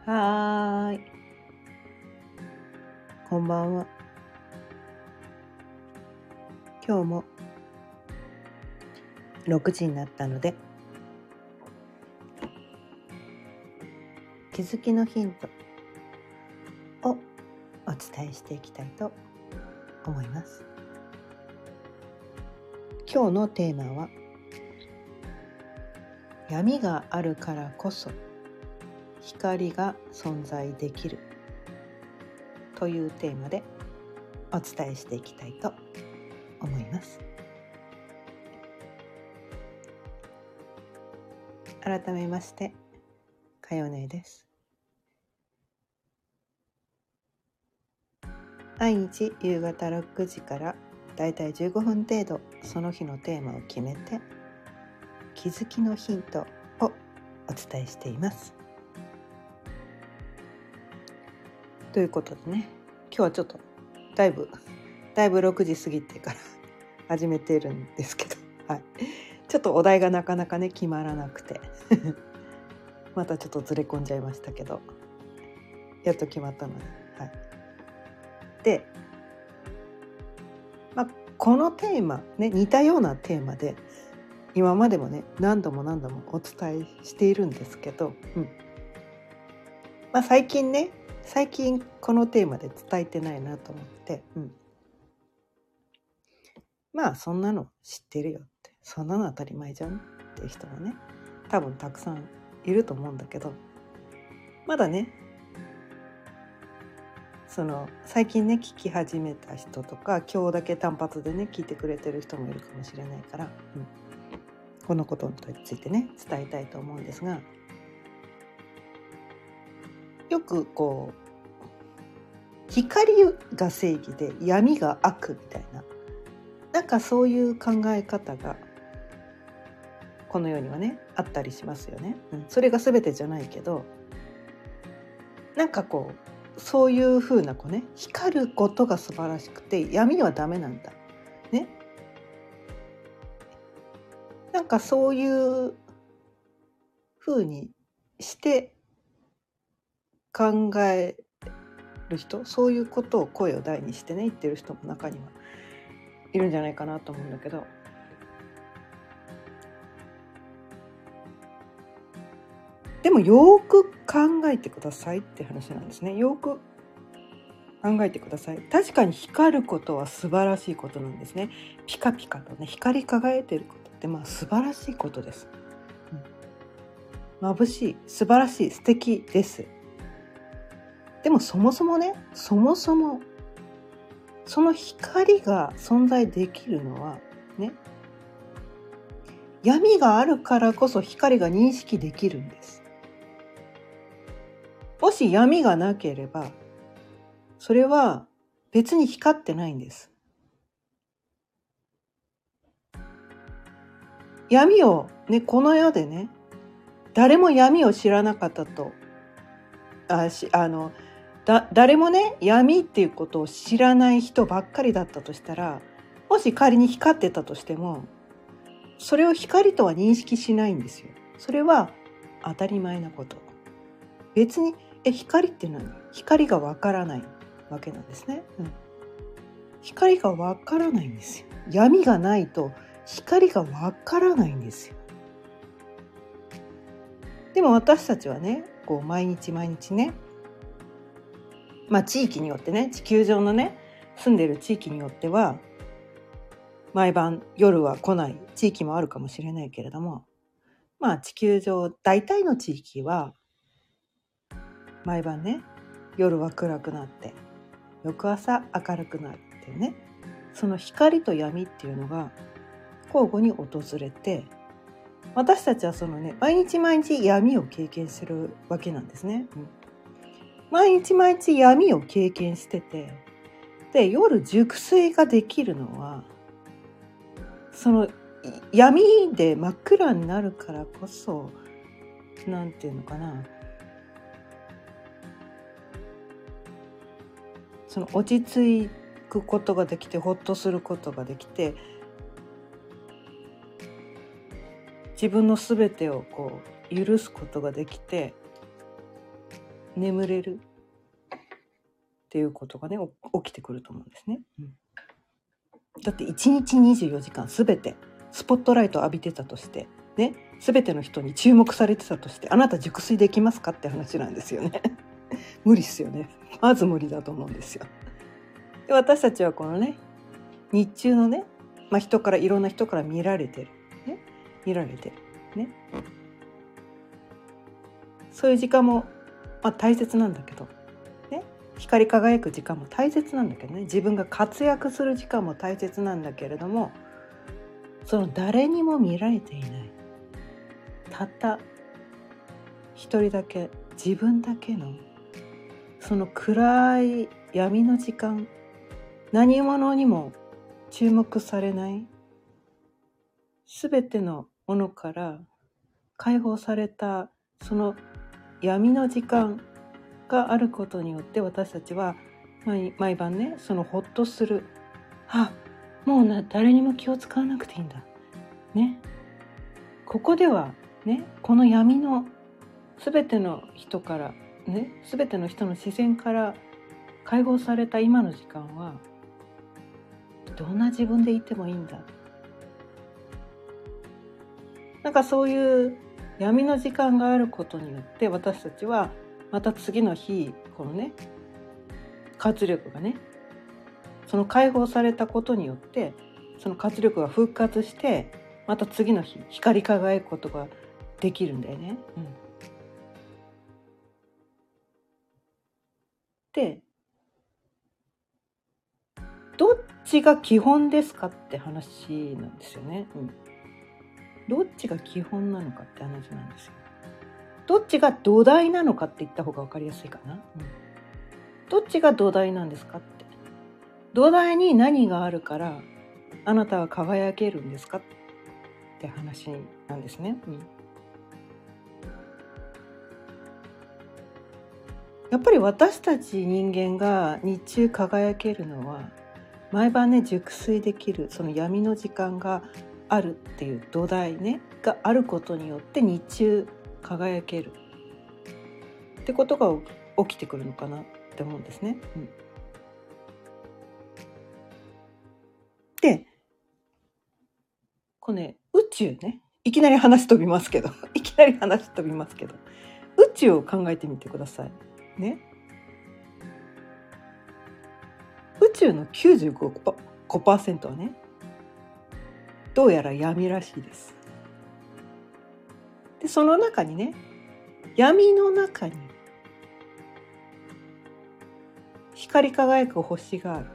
はーい、こんばんは。今日も6時になったので、気づきのヒントをお伝えしていきたいと思います。今日のテーマは、闇があるからこそ光が存在できるというテーマでお伝えしていきたいと思います。改めまして、かよねです。毎日夕方6時からだいたい15分程度、その日のテーマを決めて気づきのヒントをお伝えしています。ということでね、今日はちょっとだいぶ6時過ぎてから始めているんですけど、はい、ちょっとお題がなかなかね決まらなくてまたちょっとずれ込んじゃいましたけど、やっと決まったので、はい、で、このテーマね、似たようなテーマで今までもね何度もお伝えしているんですけど、最近このテーマで伝えてないなと思って、そんなの知ってるよって、そんなの当たり前じゃんっていう人もね多分たくさんいると思うんだけど、まだね最近ね聞き始めた人とか、今日だけ単発でね聞いてくれてる人もいるかもしれないから、このことについてね伝えたいと思うんですが、よく光が正義で闇が悪みたいな、なんかそういう考え方がこの世にはねあったりしますよね。それが全てじゃないけど、なんかそういう風な光ることが素晴らしくて闇はダメなんだね。なんかそういう風にして考える人、そういうことを声を大にしてね言ってる人も中にはいるんじゃないかなと思うんだけど、でもよく考えてくださいって話なんですね。よく考えてください。確かに光ることは素晴らしいことなんですね。ピカピカとね光り輝いていることって素晴らしいことです。眩しい、素晴らしい、素敵です。でもそもそもその光が存在できるのはね、闇があるからこそ光が認識できるんです。もし闇がなければ、それは別に光ってないんです。闇をね、この世でね、誰も闇を知らなかったと、誰もね闇っていうことを知らない人ばっかりだったとしたら、もし仮に光ってたとしても、それを光とは認識しないんですよ。それは当たり前なこと。別に光って何？光がわからないわけなんですね。光がわからないんですよ。闇がないと光がわからないんですよ。でも私たちはね、毎日ね、地域によってね、地球上のね住んでる地域によっては毎晩夜は来ない地域もあるかもしれないけれども、地球上大体の地域は毎晩ね夜は暗くなって翌朝明るくなるっていうね、その光と闇っていうのが交互に訪れて、私たちは毎日闇を経験するわけなんですね。毎日闇を経験してて、で夜熟睡ができるのはその闇で真っ暗になるからこそ、なんていうのかな、その落ち着くことができて、ほっとすることができて、自分の全てを許すことができて、 眠れるっていうことがね起きてくると思うんですね、だって1日24時間すべてスポットライトを浴びてたとしてね、すべての人に注目されてたとして、あなた熟睡できますかって話なんですよね無理っすよね。まず無理だと思うんですよ。で、私たちはこのね日中のね、人からいろんな人から見られてるね、そういう時間も、大切なんだけどね、光り輝く時間も大切なんだけどね、自分が活躍する時間も大切なんだけれども、その誰にも見られていないたった一人だけ、自分だけのその暗い闇の時間、何者にも注目されない、すべてのものから解放されたその闇の時間があることによって、私たちは毎晩ね、そのほっとする、もう誰にも気を使わなくていいんだね、ここではね、この闇のすべての人からね、すべての人の視線から解放された今の時間は、どんな自分でいてもいいんだ。そういう闇の時間があることによって、私たちはまた次の日、このね活力がね、その解放されたことによって、その活力が復活して、また次の日光り輝くことができるんだよね、で、どっちが基本ですかって話なんですよね、どっちが基本なのかって話なんですよ。どっちが土台なのかって言った方が分かりやすいかな、どっちが土台なんですかって。土台に何があるからあなたは輝けるんですかって話なんですね、やっぱり私たち人間が日中輝けるのは、毎晩ね熟睡できるその闇の時間があるっていう土台ねがあることによって、日中輝けるってことが起きてくるのかなって思うんですね、で、このね宇宙ね、いきなり話飛びますけど宇宙を考えてみてくださいね。宇宙の 95% はね、どうやら闇らしいです。で、その中にね、闇の中に光り輝く星がある。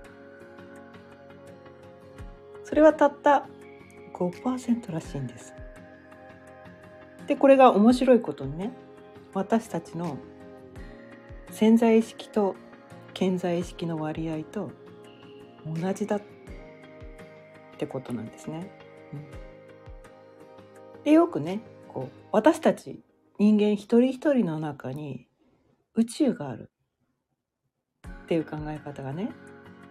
それはたった 5% らしいんです。で、これが面白いことにね、私たちの潜在意識と顕在意識の割合と同じだってことなんですね、で、よくね、私たち人間一人一人の中に宇宙があるっていう考え方がね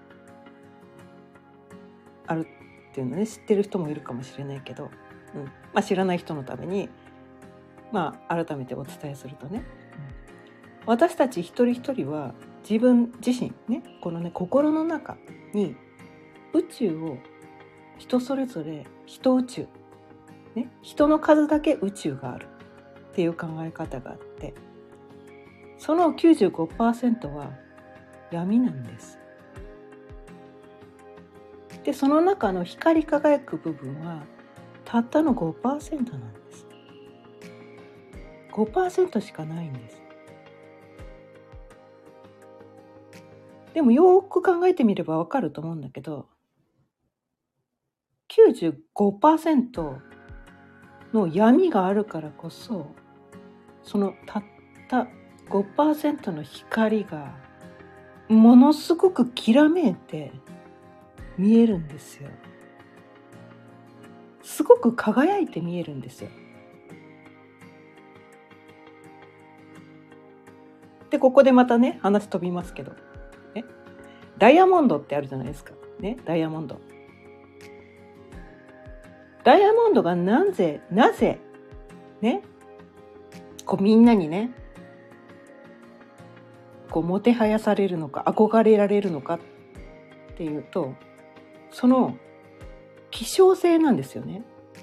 あるっていうのね、知ってる人もいるかもしれないけど、知らない人のために改めてお伝えするとね、私たち一人一人は自分自身ね、このね心の中に宇宙を人それぞれ人宇宙ね、人の数だけ宇宙があるっていう考え方があって、その 95% は闇なんです。で、その中の光り輝く部分はたったの 5% なんです。5% しかないんです。でもよく考えてみればわかると思うんだけど、 95% の闇があるからこそ、そのたった 5% の光がものすごくきらめいて見えるんですよ。すごく輝いて見えるんですよ。で、ここでまたね話飛びますけど、ダイヤモンドってあるじゃないですかね。ダイヤモンドがなぜね、みんなにねこうもてはやされるのか憧れられるのかっていうと、その希少性なんですよね。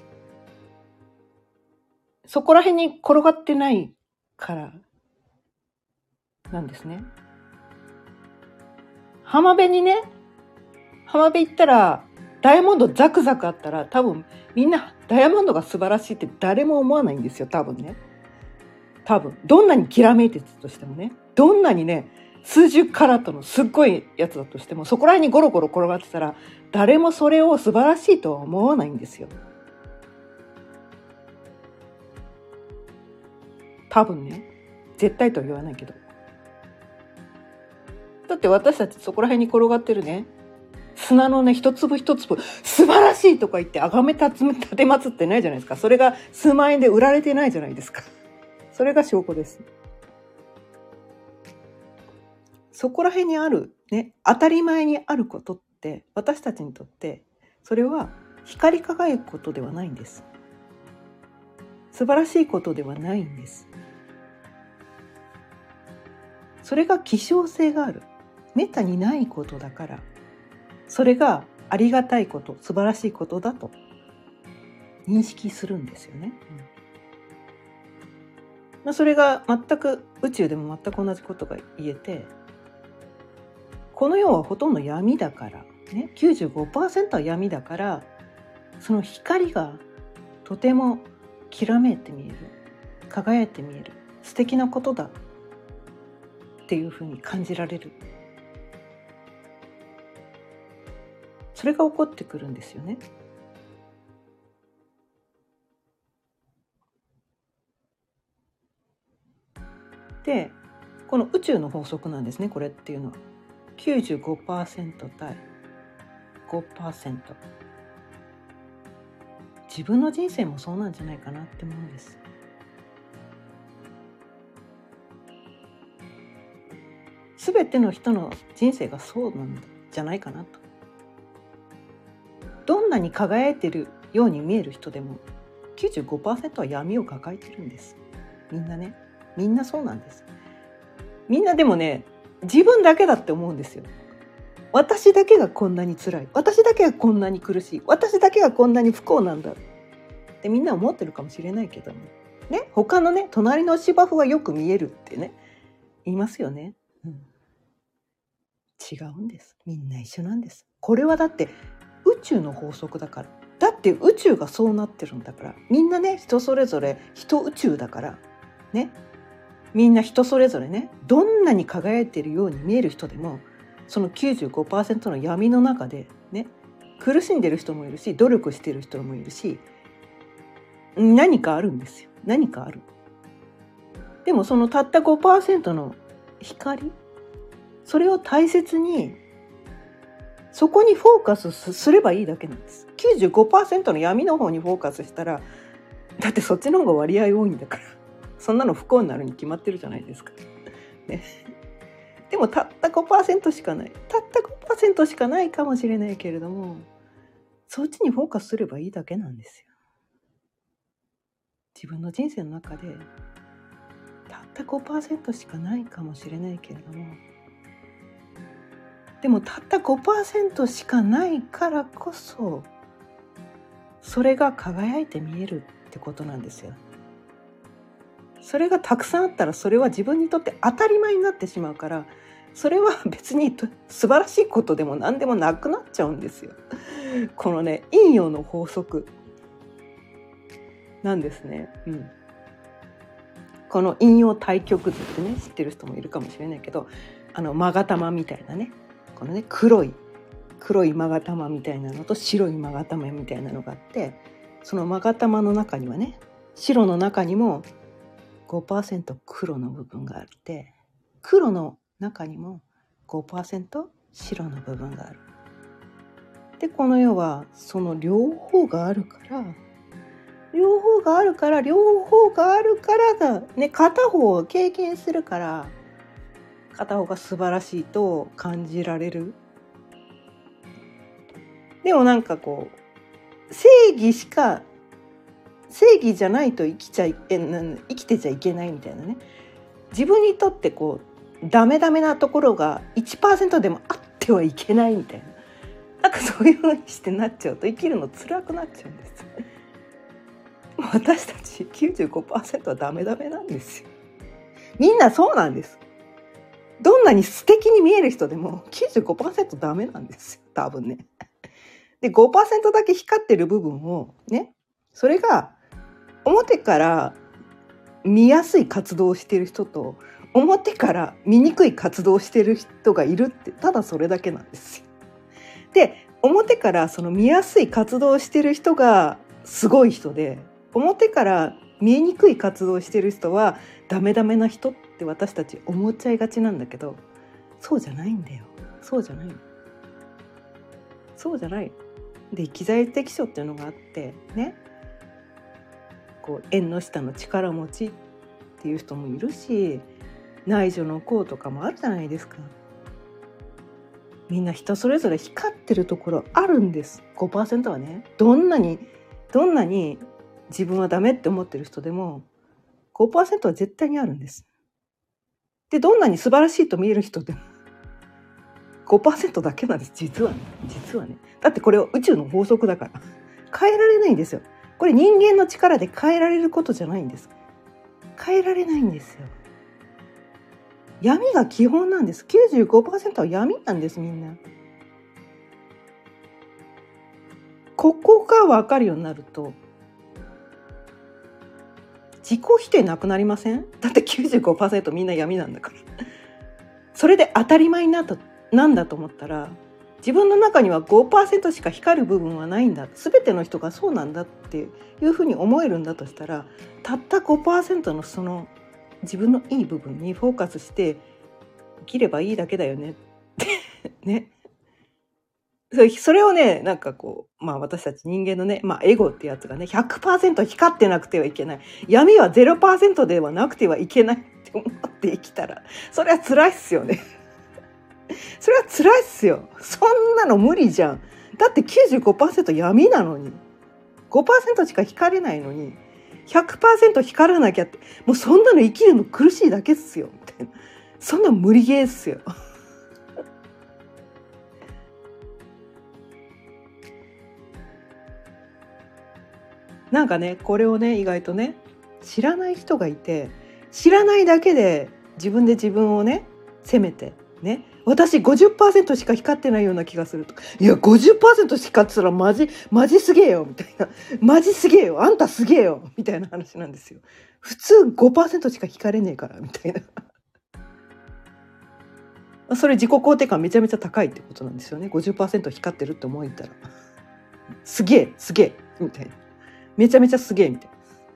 そこら辺に転がってないからなんですね。浜辺行ったらダイヤモンドザクザクあったら、多分みんなダイヤモンドが素晴らしいって誰も思わないんですよ。多分どんなにきらめいてたとしてもね、どんなにね数十カラットのすっごいやつだとしても、そこら辺にゴロゴロ転がってたら誰もそれを素晴らしいとは思わないんですよ。多分ね、絶対とは言わないけど。だって私たちそこら辺に転がってるね砂のね一粒一粒素晴らしいとか言って崇め立てまつってないじゃないですか。それが数万円で売られてないじゃないですか。それが証拠です。そこら辺にあるね、当たり前にあることって私たちにとってそれは光り輝くことではないんです。素晴らしいことではないんです。それが希少性がある、めったにないことだから、それがありがたいこと、素晴らしいことだと認識するんですよね。それが全く宇宙でも全く同じことが言えて、この世はほとんど闇だからね、95% は闇だから、その光がとてもきらめいて見える、輝いて見える、素敵なことだっていうふうに感じられる。それが起こってくるんですよね。で、この宇宙の法則なんですね、これっていうのは。95% 対 5%。自分の人生もそうなんじゃないかなって思うんです。すべての人の人生がそうなんじゃないかなと。どんなに輝いてるように見える人でも 95% は闇を抱えてるんです。みんなね、みんなそうなんです。みんなでもね、自分だけだって思うんですよ。私だけがこんなに辛い、私だけがこんなに苦しい、私だけがこんなに不幸なんだってみんな思ってるかもしれないけどもね、他のね隣の芝生はよく見えるってね言いますよね。違うんです。みんな一緒なんです。これはだって宇宙の法則だから。だって宇宙がそうなってるんだから。みんなね、人それぞれ人宇宙だからね。みんな人それぞれね、どんなに輝いているように見える人でも、その 95% の闇の中でね、苦しんでる人もいるし、努力してる人もいるし、何かあるんですよ。何かある。でもそのたった 5% の光、それを大切に、そこにフォーカスすればいいだけなんです。 95% の闇の方にフォーカスしたら、だってそっちの方が割合多いんだから、そんなの不幸になるに決まってるじゃないですか、ね、でもたった 5% しかない、たった 5% しかないかもしれないけれども、そっちにフォーカスすればいいだけなんですよ。自分の人生の中でたった 5% しかないかもしれないけれども、でもたった 5% しかないからこそ、それが輝いて見えるってことなんですよ。それがたくさんあったら、それは自分にとって当たり前になってしまうから、それは別に素晴らしいことでも何でもなくなっちゃうんですよ。このね、陰陽の法則なんですね。この陰陽対極図ってね、知ってる人もいるかもしれないけど、勾玉みたいなね、このね黒い勾玉みたいなのと白い勾玉みたいなのがあって、その勾玉の中にはね、白の中にも 5% 黒の部分があって、黒の中にも 5% 白の部分がある。で、この世はその両方があるからだね。片方を経験するから、片方が素晴らしいと感じられる。でもなんかこう、正義じゃないと生きてちゃいけないみたいなね。自分にとってこうダメなところが 1% でもあってはいけないみたいな、なんかそういう風にしてなっちゃうと生きるの辛くなっちゃうんです。私たち 95% はダメなんですよ。みんなそうなんです。どんなに素敵に見える人でも 95% ダメなんですよ、多分ね。で 5% だけ光ってる部分をね、それが表から見やすい活動をしている人と表から見にくい活動をしている人がいるって、ただそれだけなんですよ。で表からその見やすい活動をしている人がすごい人で、表から見えにくい活動をしている人はダメな人って私たち思っちゃいがちなんだけど、そうじゃないんだよ。そうじゃないで、生在適所っていうのがあってね、こう縁の下の力持ちっていう人もいるし、内助の功とかもあるじゃないですか。みんな人それぞれ光ってるところあるんです。 5% はね、どんなに自分はダメって思ってる人でも 5% は絶対にあるんです。でどんなに素晴らしいと見える人でも 5% だけなんです。実はね。だってこれは宇宙の法則だから変えられないんですよ。これ人間の力で変えられることじゃないんです。変えられないんですよ。闇が基本なんです。 95% は闇なんです。みんなここが分かるようになると自己否定なくなりません？だって 95% みんな闇なんだからそれで当たり前になんだと思ったら、自分の中には 5% しか光る部分はないんだ、全ての人がそうなんだっていうふうに思えるんだとしたら、たった 5% のその自分のいい部分にフォーカスして生きればいいだけだよねってね。それをね、なんかこう、私たち人間のね、エゴってやつがね、100% 光ってなくてはいけない。闇は 0% ではなくてはいけないって思って生きたら、それは辛いっすよね。それは辛いっすよ。そんなの無理じゃん。だって 95% 闇なのに、5% しか光れないのに、100% 光らなきゃって、もうそんなの生きるの苦しいだけっすよ。みたいな。そんな無理ゲーっすよ。なんかね、これをね、意外とね、知らない人がいて、知らないだけで自分で自分をね、責めて、ね、私 50% しか光ってないような気がするとか、いや 50% しか光ってたらマジすげえよみたいな、マジすげえよ、あんたすげえよみたいな話なんですよ。普通 5% しか光れねえからみたいな。それ自己肯定感めちゃめちゃ高いってことなんですよね。50% 光ってるって思えたら、すげえみたいな、めちゃめちゃすげえみたい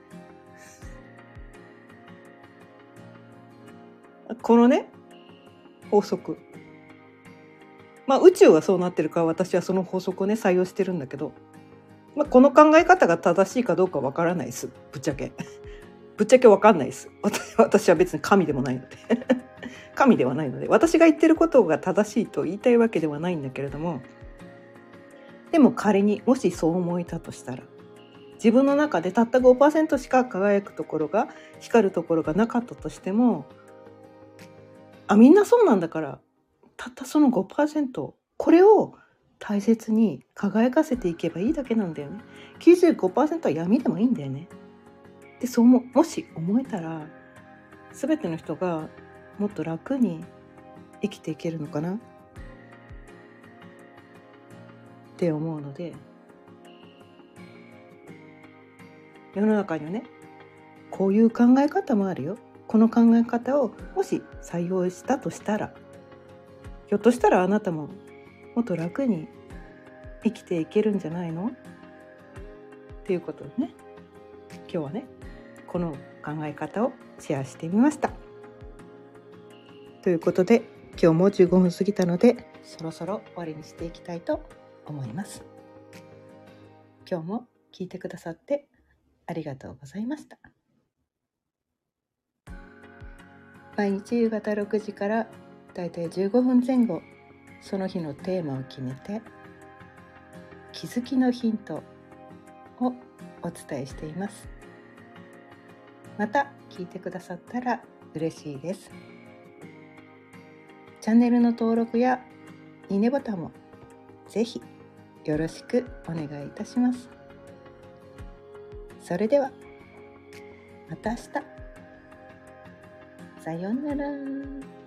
な。このね、法則、宇宙はそうなってるから私はその法則をね採用してるんだけど、この考え方が正しいかどうかわからないです。ぶっちゃけわかんないです。私は別に神でもないので神ではないので、私が言ってることが正しいと言いたいわけではないんだけれども、でも仮にもしそう思えたとしたら、自分の中でたった 5% しか輝くところが、光るところがなかったとしても、みんなそうなんだから、たったその 5%、 これを大切に輝かせていけばいいだけなんだよね。 95% は闇でもいいんだよね。でそうもし思えたら、全ての人がもっと楽に生きていけるのかなって思うので、世の中にはね、こういう考え方もあるよ。この考え方をもし採用したとしたら、ひょっとしたらあなたももっと楽に生きていけるんじゃないのっていうことでね、今日はね、この考え方をシェアしてみました。ということで、今日も15分過ぎたので、そろそろ終わりにしていきたいと思います。今日も聞いてくださってありがとうございました。毎日夕方6時からだいたい15分前後、その日のテーマを決めて気づきのヒントをお伝えしています。また聞いてくださったら嬉しいです。 チャンネルの登録やいいねボタンもぜひよろしくお願いいたします。それではまた明日。さようなら。